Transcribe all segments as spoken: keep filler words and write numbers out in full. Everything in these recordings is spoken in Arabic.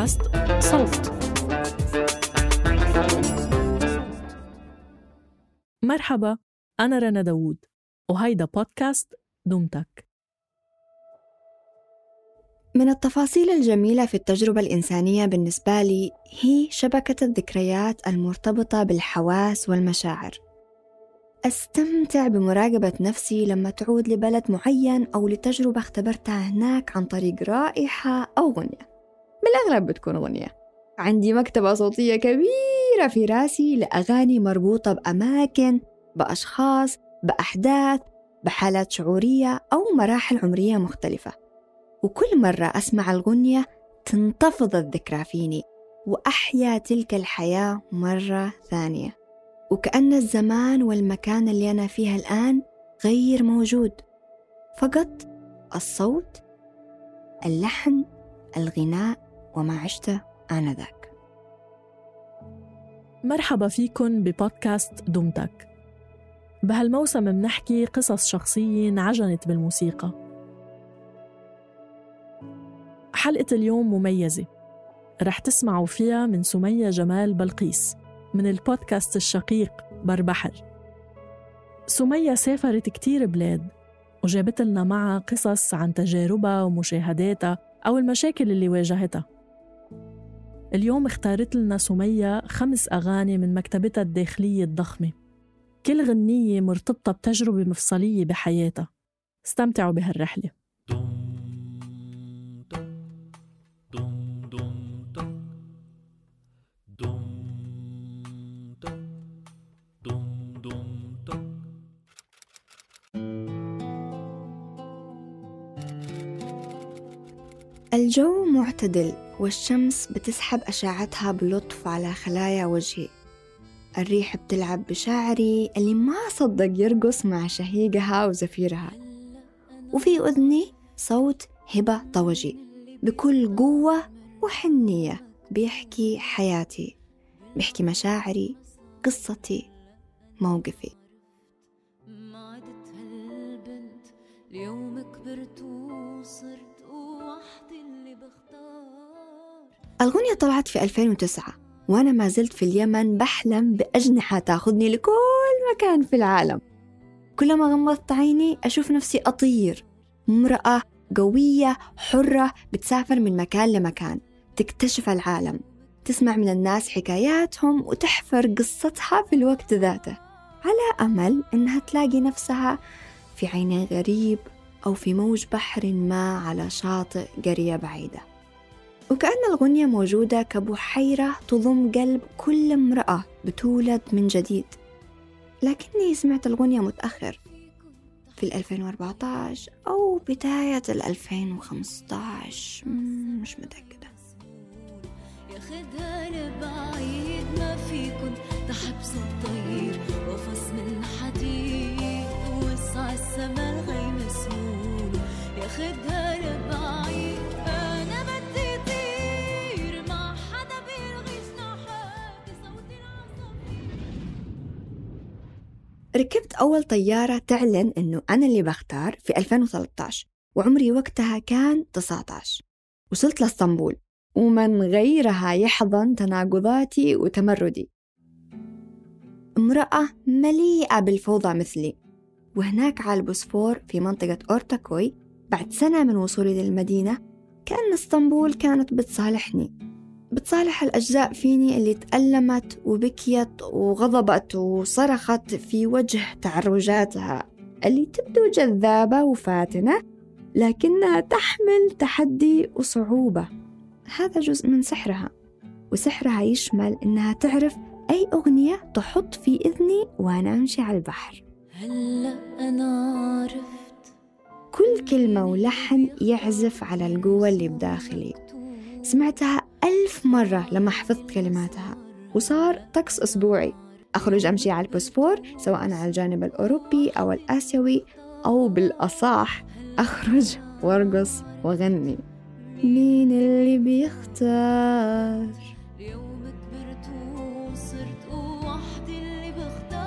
بودكاست صوت. مرحبا، أنا رنا داوود وهيدا بودكاست دمتك. من التفاصيل الجميلة في التجربة الإنسانية بالنسبة لي هي شبكة الذكريات المرتبطة بالحواس والمشاعر. أستمتع بمراقبة نفسي لما تعود لبلد معين أو لتجربة اختبرتها هناك عن طريق رائحة أو غنية. بالأغلب بتكون غنية. عندي مكتبة صوتية كبيرة في راسي لأغاني مربوطة بأماكن، بأشخاص، بأحداث، بحالات شعورية أو مراحل عمرية مختلفة. وكل مرة أسمع الغنية تنتفض الذكرى فيني وأحيا تلك الحياة مرة ثانية، وكأن الزمان والمكان اللي أنا فيها الآن غير موجود، فقط الصوت، اللحن، الغناء وما عشته آنذاك. مرحبا فيكن ببودكاست دمتك. بهالموسم منحكي قصص شخصية انعجنت بالموسيقى. حلقة اليوم مميزة، رح تسمعوا فيها من سمية جمال بلقيس من البودكاست الشقيق بربحر. سمية سافرت كتير بلاد وجابت لنا معها قصص عن تجاربها ومشاهداتها أو المشاكل اللي واجهتها. اليوم اختارت لنا سمية خمس أغاني من مكتبتها الداخلية الضخمة، كل غنية مرتبطة بتجربة مفصلية بحياتها. استمتعوا بهالرحلة. الجو معتدل والشمس بتسحب أشعتها بلطف على خلايا وجهي. الريح بتلعب بشعري اللي ما صدق يرقص مع شهيقها وزفيرها. وفي أذني صوت هبة طوجي بكل قوة وحنية بيحكي حياتي، بيحكي مشاعري، قصتي، موقفي. ما عدت هالبنت اليوم كبرت وصرت وحدي اللي بختار. الغنية طلعت في ألفين وتسعة وأنا ما زلت في اليمن بحلم بأجنحة تاخذني لكل مكان في العالم. كلما غمضت عيني أشوف نفسي أطير، امرأة قوية حرة بتسافر من مكان لمكان، تكتشف العالم، تسمع من الناس حكاياتهم وتحفر قصتها في الوقت ذاته، على أمل إنها تلاقي نفسها في عين غريب أو في موج بحر ما على شاطئ قرية بعيدة. وكأن الغنية موجودة كبحيرة تضم قلب كل امرأة بتولد من جديد. لكني سمعت الغنية متأخر في ألفين وأربعة عشر أو بداية ألفين وخمسة عشر، مش متأكدة. ياخدها لبعيد ما فيكن تحبس الطير وفص من الحديد وسع السما الغيم سهول. ياخدها لبعيد أنا بدي طير مع حدا بيلغي جناحات صوتي العصافير. ركبت أول طيارة تعلن إنه أنا اللي بختار في ألفين وثلاثة عشر وعمري وقتها كان تسعة عشر. وصلت لإسطنبول ومن غيرها يحضن تناقضاتي وتمردي. امرأة مليئة بالفوضى مثلي. وهناك على البوسفور في منطقة أورتاكوي بعد سنة من وصولي للمدينة كأن اسطنبول كانت بتصالحني، بتصالح الأجزاء فيني اللي تألمت وبكيت وغضبت وصرخت في وجه تعرجاتها اللي تبدو جذابة وفاتنة لكنها تحمل تحدي وصعوبة. هذا جزء من سحرها، وسحرها يشمل إنها تعرف أي أغنية تحط في إذني وأنا أمشي على البحر. هلأ أنا عرفت كل كلمة ولحن يعزف على القوة اللي بداخلي. سمعتها ألف مرة لما حفظت كلماتها، وصار طقس أسبوعي أخرج أمشي على البوسفور سواء على الجانب الأوروبي أو الآسيوي، أو بالأصح أخرج وارقص وغني. مين اللي بيختار؟ اليوم كبرت وصرت وحدي اللي بختار.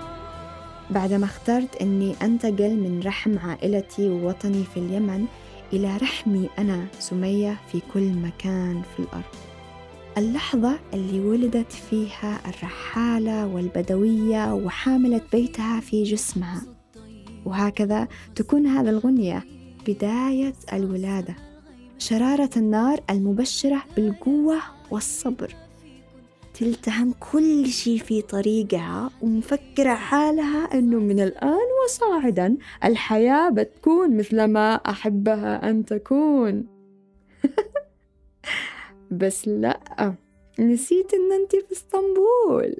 بعدما اخترت أني أنتقل من رحم عائلتي ووطني في اليمن إلى رحمي أنا سمية في كل مكان في الأرض. اللحظة اللي ولدت فيها الرحالة والبدوية وحاملة بيتها في جسمها، وهكذا تكون هذا الغنية بداية الولادة، شرارة النار المبشرة بالقوة والصبر. تلتهم كل شيء في طريقها ومفكرة حالها أنه من الآن وصاعدا الحياة بتكون مثل ما أحبها أن تكون. بس لا، نسيت أن أنت في اسطنبول.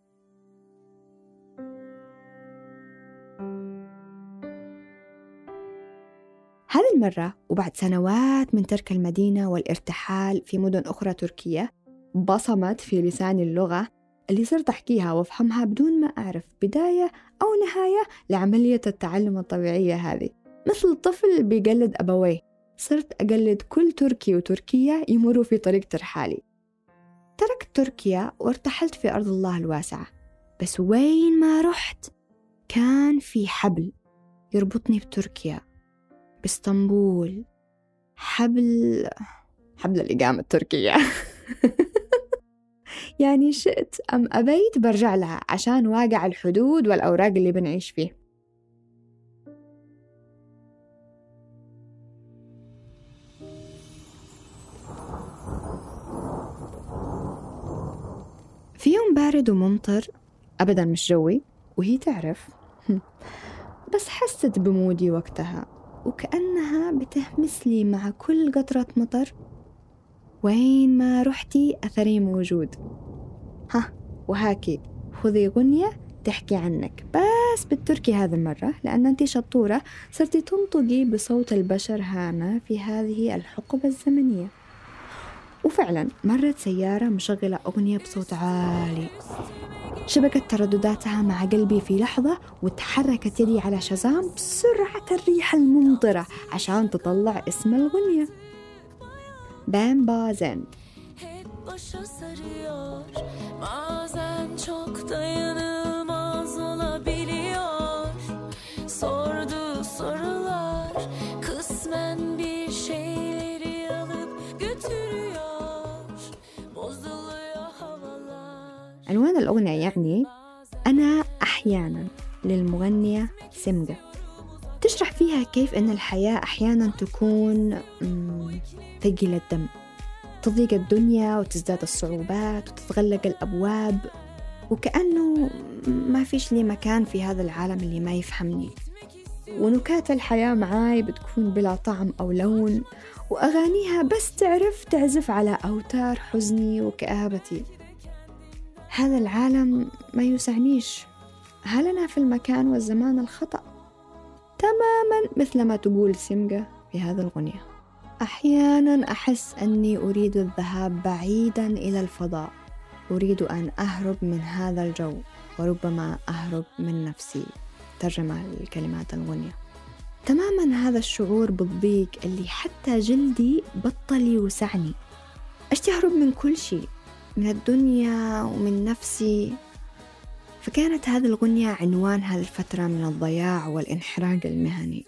هذه المرة وبعد سنوات من ترك المدينة والارتحال في مدن أخرى تركية، بصمت في لساني اللغة اللي صرت أحكيها وأفهمها بدون ما أعرف بداية أو نهاية لعملية التعلم الطبيعية هذه. مثل طفل بيقلد أبويه، صرت أقلد كل تركي وتركية يمروا في طريق ترحالي. تركت تركيا وارتحلت في أرض الله الواسعة، بس وين ما رحت كان في حبل يربطني بتركيا، باسطنبول، حبل حبل الإقامة التركية. يعني شئت أم أبيت برجع لها عشان واقع الحدود والأوراق اللي بنعيش فيه. في يوم بارد وممطر، أبداً مش جوي وهي تعرف، بس حست بمودي وقتها وكأنها بتهمس لي مع كل قطرة مطر: وين ما رحتي أثري موجود. ها وهاكي خذي غنية تحكي عنك بس بالتركي هذه المرة، لأن أنت شطورة صرتي تنطقي بصوت البشر هنا في هذه الحقبة الزمنية. وفعلا مرت سيارة مشغلة أغنية بصوت عالي، شبكت تردداتها مع قلبي في لحظة، وتحركت يدي على شازام بسرعة الريح الممطرة عشان تطلع اسم الغنية: Ben bazen. عنوان الأغنية يعني أنا أحيانا للمغنية سمجة، تشرح فيها كيف أن الحياة أحيانا تكون ثقيلة الدم، تضيق الدنيا وتزداد الصعوبات وتتغلق الأبواب، وكأنه ما فيش لي مكان في هذا العالم اللي ما يفهمني، ونكات الحياة معاي بتكون بلا طعم أو لون، وأغانيها بس تعرف تعزف على أوتار حزني وكآبتي. هذا العالم ما يسعنيش، هل أنا في المكان والزمان الخطأ؟ تماماً مثل ما تقول سمجة في هذا الغنية: أحياناً أحس أني أريد الذهاب بعيداً إلى الفضاء، أريد أن أهرب من هذا الجو، وربما أهرب من نفسي. ترجمة الكلمات الغنية: تماماً هذا الشعور بالضيق اللي حتى جلدي بطل يوسعني، أشتي أهرب من كل شيء، من الدنيا ومن نفسي. فكانت هذه الغنية عنوان هذه الفترة من الضياع والانحراق المهني.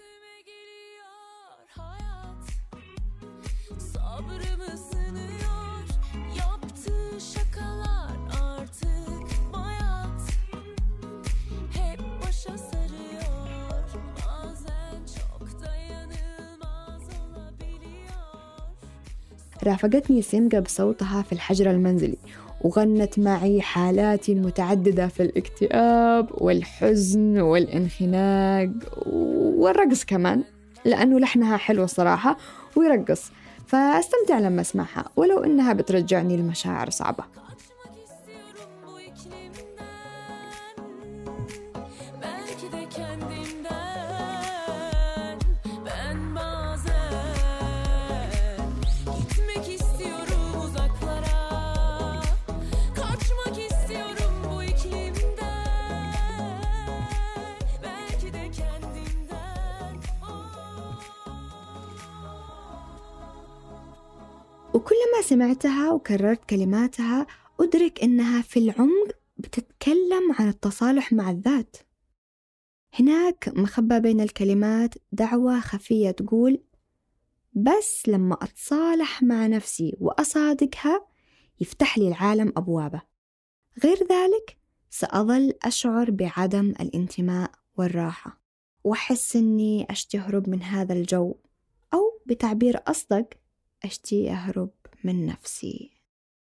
رافقتني سمجة بصوتها في الحجر المنزلي، وغنت معي حالاتي المتعددة في الاكتئاب والحزن والانخناق والرقص كمان، لأنه لحنها حلو صراحة ويرقص، فاستمتع لما اسمعها ولو إنها بترجعني لمشاعر صعبة. وكلما سمعتها وكررت كلماتها أدرك إنها في العمق بتتكلم عن التصالح مع الذات. هناك مخبى بين الكلمات دعوة خفية تقول: بس لما أتصالح مع نفسي وأصادقها يفتح لي العالم أبوابه. غير ذلك سأظل أشعر بعدم الانتماء والراحة، وأحس أني أشتي أهرب من هذا الجو، أو بتعبير أصدق أشتي أهرب من نفسي.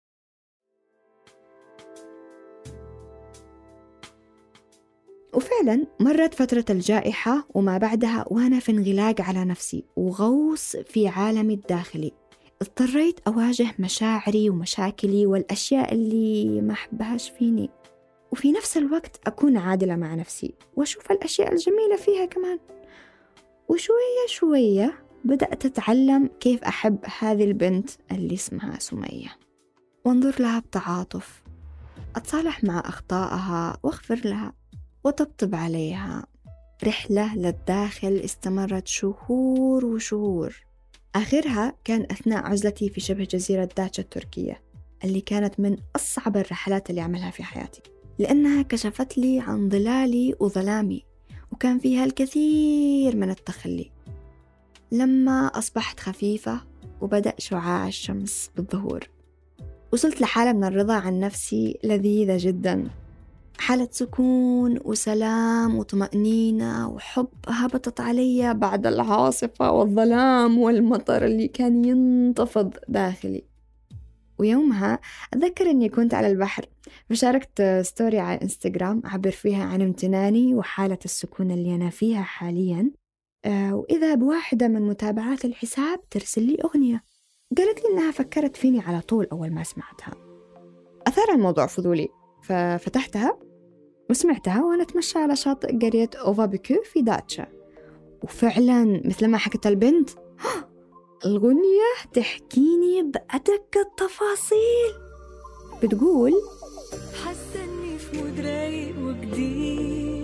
وفعلا مرت فترة الجائحة وما بعدها وأنا في انغلاق على نفسي وغوص في عالمي الداخلي. اضطريت أواجه مشاعري ومشاكلي والأشياء اللي ما أحبهاش فيني، وفي نفس الوقت أكون عادلة مع نفسي وأشوف الأشياء الجميلة فيها كمان. وشوية شوية بدأت أتعلم كيف أحب هذه البنت اللي اسمها سمية، وانظر لها بتعاطف، أتصالح مع أخطائها وأغفر لها وطبطب عليها. رحلة للداخل استمرت شهور وشهور. آخرها كان أثناء عزلتي في شبه جزيرة داتشا التركية، اللي كانت من أصعب الرحلات اللي عملها في حياتي، لأنها كشفت لي عن ظلالي وظلامي، وكان فيها الكثير من التخلي. لما أصبحت خفيفة وبدأ شعاع الشمس بالظهور، وصلت لحالة من الرضا عن نفسي لذيذة جدا، حالة سكون وسلام وطمأنينة وحب هبطت علي بعد العاصفة والظلام والمطر اللي كان ينتفض داخلي. ويومها أذكر أني كنت على البحر، فشاركت ستوري على إنستغرام أعبر فيها عن امتناني وحالة السكون اللي أنا فيها حاليا. آه وإذا بواحدة من متابعات الحساب ترسل لي أغنية، قالت لي أنها فكرت فيني على طول أول ما سمعتها. أثار الموضوع فضولي، ففتحتها وسمعتها وأنا أتمشى على شاطئ قرية أوفابيكو في داتشا. وفعلا مثل ما حكت البنت، الغنية تحكيني بأدق التفاصيل. بتقول: حاسة إني في مود رايق وجديد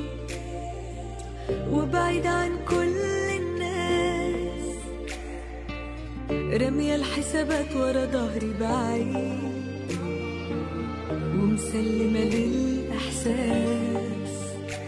وبعيد عن كل الناس، رمية الحسابات ورا ظهري بعيد ومسلمة للإحساس،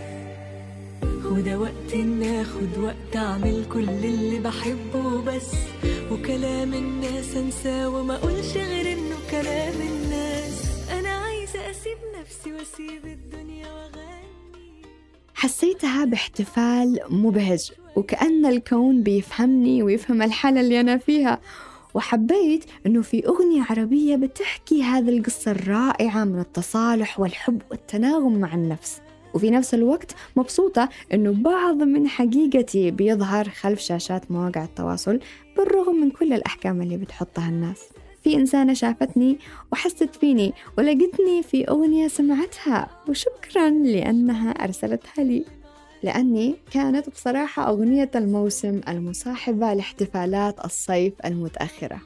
وده وقت ناخد وقت أعمل كل اللي بحبه بس، وكلام الناس أنساه وما أقولش غير إنه كلام الناس. أنا عايزة أسيب نفسي وأسيب الدنيا وأغني. حسيتها باحتفال مبهج، وكأن الكون بيفهمني ويفهم الحالة اللي أنا فيها. وحبيت أنه في أغنية عربية بتحكي هذه القصة الرائعة من التصالح والحب والتناغم مع النفس، وفي نفس الوقت مبسوطة أنه بعض من حقيقتي بيظهر خلف شاشات مواقع التواصل بالرغم من كل الأحكام اللي بتحطها الناس. في إنسانة شافتني وحست فيني ولقيتني في أغنية سمعتها، وشكرا لأنها أرسلتها لي، لأني كانت بصراحة أغنية الموسم المصاحبة لاحتفالات الصيف المتأخرة.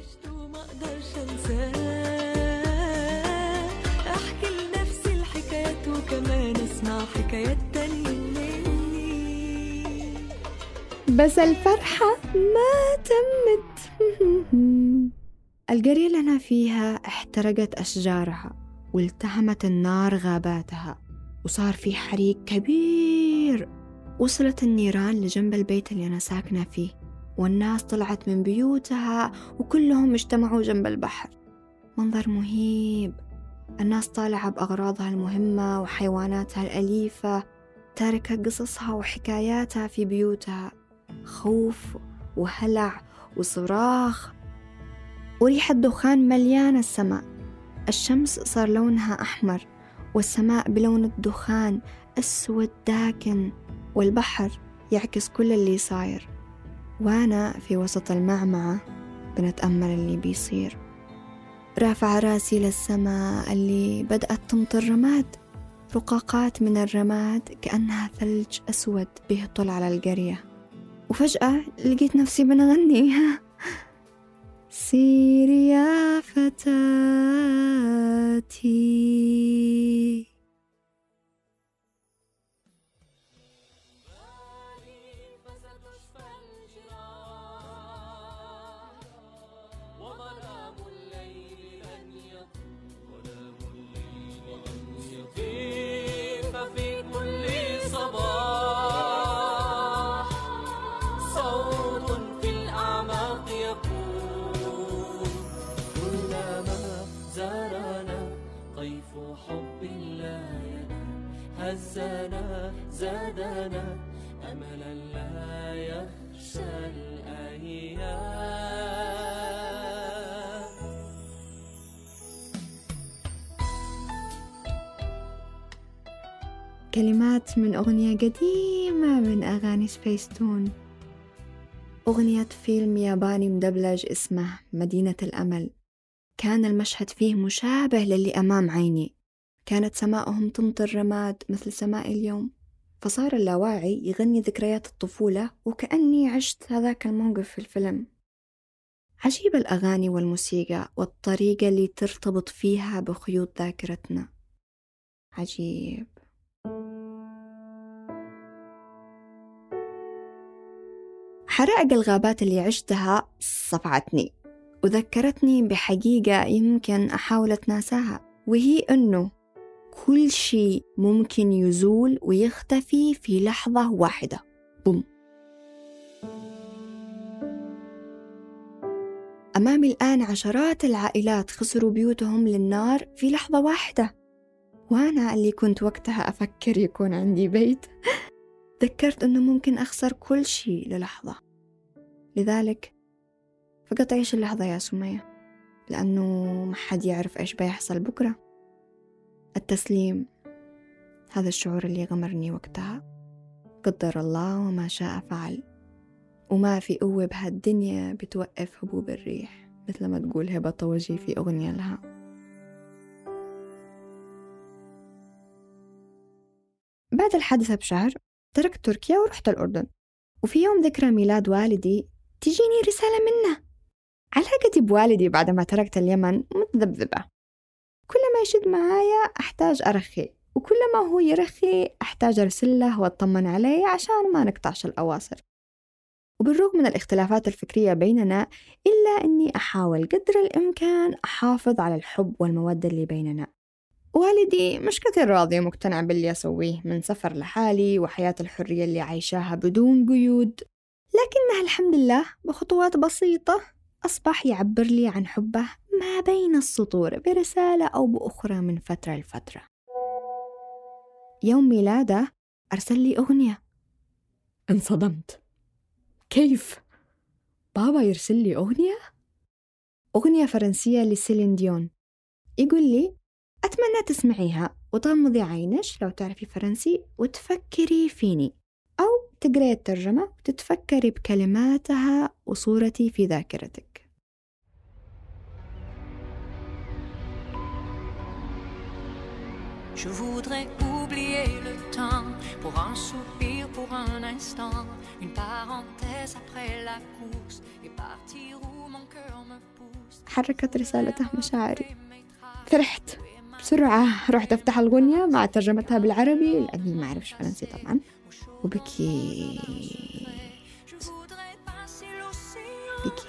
أحكي لنفسي الحكايات وكمان أسمع حكايات تانية مني، بس الفرحة ما تمت. القرية اللي أنا فيها احترقت أشجارها والتهمت النار غاباتها، وصار في حريق كبير. وصلت النيران لجنب البيت اللي أنا ساكنة فيه، والناس طلعت من بيوتها وكلهم اجتمعوا جنب البحر. منظر مهيب، الناس طالعة بأغراضها المهمة وحيواناتها الأليفة، تاركة قصصها وحكاياتها في بيوتها. خوف وهلع وصراخ وريحة دخان مليانة السماء. الشمس صار لونها أحمر، والسماء بلون الدخان أسود داكن، والبحر يعكس كل اللي صاير. وأنا في وسط المعمعة بنتأمل اللي بيصير. رافع راسي للسماء اللي بدأت تمطر رماد، رقاقات من الرماد كأنها ثلج أسود بيهطل على القرية. وفجأة لقيت نفسي بنغني: سيري يا فتاتي. صوت في الأعماق كلمات من أغنية قديمة من أغاني سبيس تون، أغنية فيلم ياباني مدبلج اسمه مدينة الأمل. كان المشهد فيه مشابه للي أمام عيني، كانت سماؤهم تمطر رماد مثل سماء اليوم، فصار اللاواعي يغني ذكريات الطفولة وكأني عشت هذاك الموقف في الفيلم. عجيب الأغاني والموسيقى والطريقة اللي ترتبط فيها بخيوط ذاكرتنا، عجيب. حرائق الغابات اللي عشتها صفعتني وذكرتني بحقيقة يمكن أحاول أتناساها، وهي أنه كل شيء ممكن يزول ويختفي في لحظة واحدة. بوم. أمامي الآن عشرات العائلات خسروا بيوتهم للنار في لحظة واحدة، وأنا اللي كنت وقتها أفكر يكون عندي بيت ذكرت أنه ممكن أخسر كل شيء للحظة. لذلك فقط عيش اللحظة يا سمية، لأنه ما حد يعرف إيش بيحصل بكرة. التسليم، هذا الشعور اللي غمرني وقتها. قدر الله وما شاء فعل، وما في قوة بهالدنيا بتوقف هبوب الريح، مثل ما تقول هبة طوجي في أغنية لها. بعد الحادثة بشهر تركت تركيا ورحت الأردن، وفي يوم ذكرى ميلاد والدي تجيني رسالة منه. علاقتي بوالدي بعد ما تركت اليمن متذبذبة، كل ما يشد معايا أحتاج أرخي، وكل ما هو يرخي أحتاج أرسل له وأطمن عليه عشان ما نقطعش الأواصر. وبالرغم من الاختلافات الفكرية بيننا إلا أني أحاول قدر الإمكان أحافظ على الحب والمودة اللي بيننا. والدي مش كثير راضي ومقتنع باللي أسويه من سفر لحالي وحياة الحرية اللي عايشاها بدون قيود، لكنها الحمد لله بخطوات بسيطة أصبح يعبر لي عن حبه ما بين السطور برسالة أو بأخرى من فترة لفترة. يوم ميلاده أرسل لي أغنية. انصدمت، كيف؟ بابا يرسل لي أغنية؟ أغنية فرنسية لسيلين ديون. يقول لي أتمنى تسمعيها وتغمضي عينش لو تعرفي فرنسي وتفكري فيني، أو تقرأي الترجمة وتتفكري بكلماتها وصورتي في ذاكرتك. Je voudrais oublier le temps pour un soupir, pour un instant, une parenthèse après la course et partir où mon cœur me pousse. حركت رسالته مشاعري، فرحت بسرعة، رحت أفتح الغنية مع ترجمتها بالعربي لأني ما أعرفش فرنسي طبعا، وبكي بكي.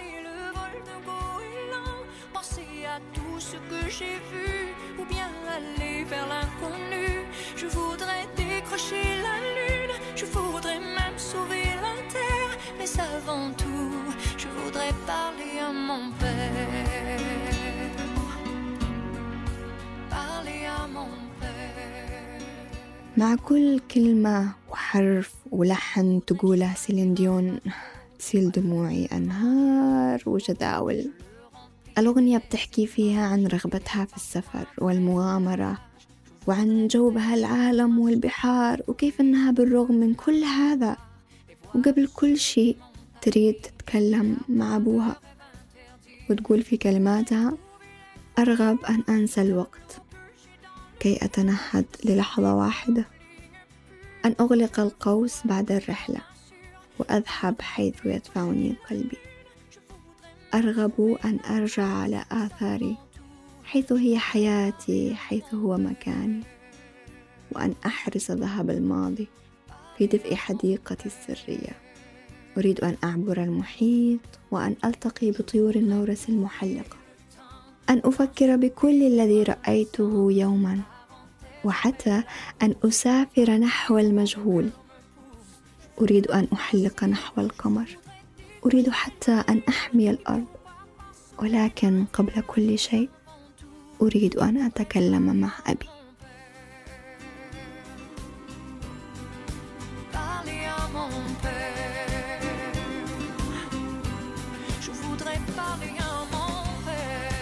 Ou bien aller vers l'inconnu. Je voudrais décrocher la lune, je voudrais même sauver la terre, mais avant tout, je voudrais parler à mon père. Parler à mon père. مع كل كلمة وحرف ولحن تقوله سيلين ديون تسيل دموعي أنهار وجداول. الأغنية بتحكي فيها عن رغبتها في السفر والمغامرة، وعن جوبها العالم والبحار، وكيف أنها بالرغم من كل هذا وقبل كل شيء تريد تتكلم مع أبوها، وتقول في كلماتها: أرغب أن أنسى الوقت كي أتنهد للحظة واحدة، أن أغلق القوس بعد الرحلة وأذهب حيث يدفعني قلبي. أرغب أن أرجع على آثاري حيث هي حياتي، حيث هو مكاني، وأن أحرس ذهب الماضي في دفء حديقتي السرية. أريد أن أعبر المحيط وأن ألتقي بطيور النورس المحلقة، أن أفكر بكل الذي رأيته يوما، وحتى أن أسافر نحو المجهول. أريد أن أحلق نحو القمر، أريد حتى أن أحمي الأرض، ولكن قبل كل شيء أريد أن أتكلم مع أبي.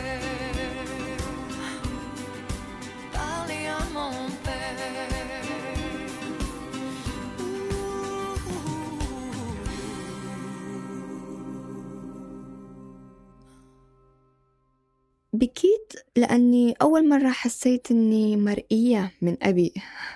Parler à mon père. بكيت لأني أول مرة حسيت أني مرئية من أبي،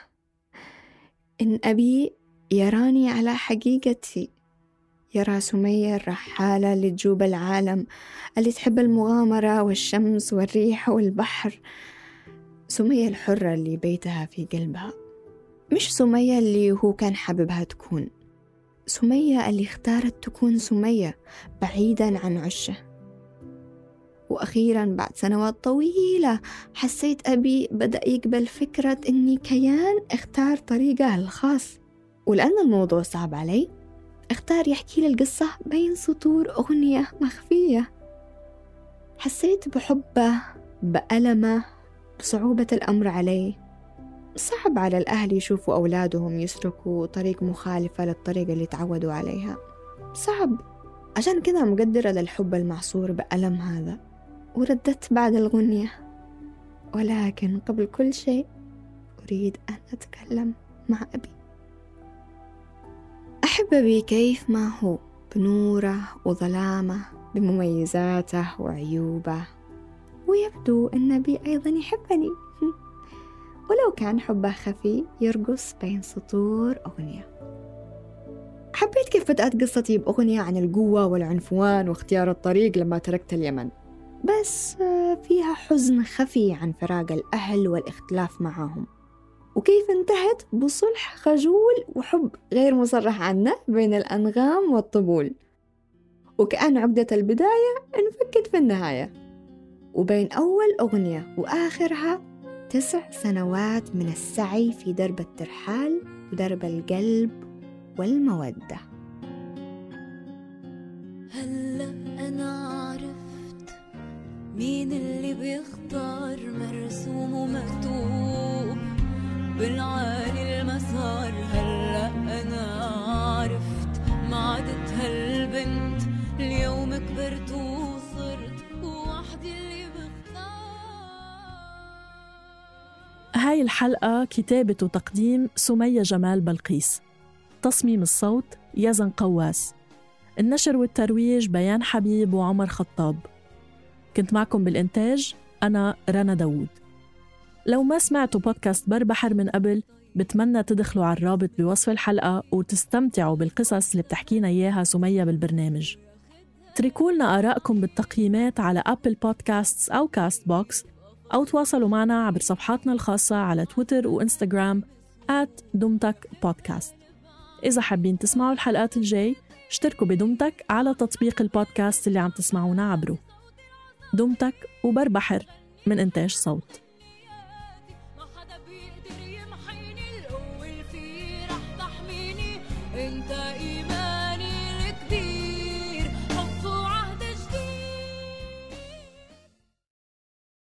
إن أبي يراني على حقيقتي، يرى سمية الرحالة اللي تجوب العالم، اللي تحب المغامرة والشمس والريح والبحر، سمية الحرة اللي بيتها في قلبها، مش سمية اللي هو كان حاببها تكون، سمية اللي اختارت تكون سمية بعيدا عن عشه. وأخيرا بعد سنوات طويلة حسيت أبي بدأ يقبل فكرة إني كيان اختار طريقه الخاص، ولأن الموضوع صعب علي اختار يحكي لي القصة بين سطور أغنية مخفية. حسيت بحبه، بألمه، بصعوبة الأمر علي. صعب على الأهل يشوفوا أولادهم يسلكوا طريق مخالفة للطريقة اللي تعودوا عليها، صعب. عشان كذا مقدرة للحب المعصور بألم هذا. وردت بعد الغنية: ولكن قبل كل شيء أريد أن أتكلم مع أبي. أحب أبي كيف ما هو، بنوره وظلامه، بمميزاته وعيوبه، ويبدو أن أبي أيضا يحبني ولو كان حبه خفي يرقص بين سطور أغنية. حبيت كيف بدأت قصتي بأغنية عن القوة والعنفوان واختيار الطريق لما تركت اليمن، بس فيها حزن خفي عن فراق الأهل والاختلاف معهم، وكيف انتهت بصلح خجول وحب غير مصرح عنه بين الأنغام والطبول، وكأن عقدة البداية انفكت في النهاية. وبين أول أغنية وآخرها تسع سنوات من السعي في درب الترحال ودرب القلب والمودة. هلأ أنا عرفت مين اللي بيختار مرسوم ومكتوب بالعالي المسار. هلأ أنا عرفت ما عدت هالبنت، اليوم كبرت وصرت وحدي اللي بختار. هاي الحلقة كتابة وتقديم سمية جمال بلقيس، تصميم الصوت يزن قواس، النشر والترويج بيان حبيب وعمر خطاب. كنت معكم بالإنتاج أنا رنا داوود. لو ما سمعتوا بودكاست بربحر من قبل، بتمنى تدخلوا على الرابط بوصف الحلقة وتستمتعوا بالقصص اللي بتحكينا إياها سمية بالبرنامج. تركولنا آراءكم بالتقييمات على أبل بودكاستس أو كاست بوكس، أو تواصلوا معنا عبر صفحاتنا الخاصة على تويتر وإنستغرام آت دمتك بودكاست. إذا حابين تسمعوا الحلقات الجاي، اشتركوا بدمتك على تطبيق البودكاست اللي عم تسمعونا عبره. دمتك وبربحر من إنتاج صوت.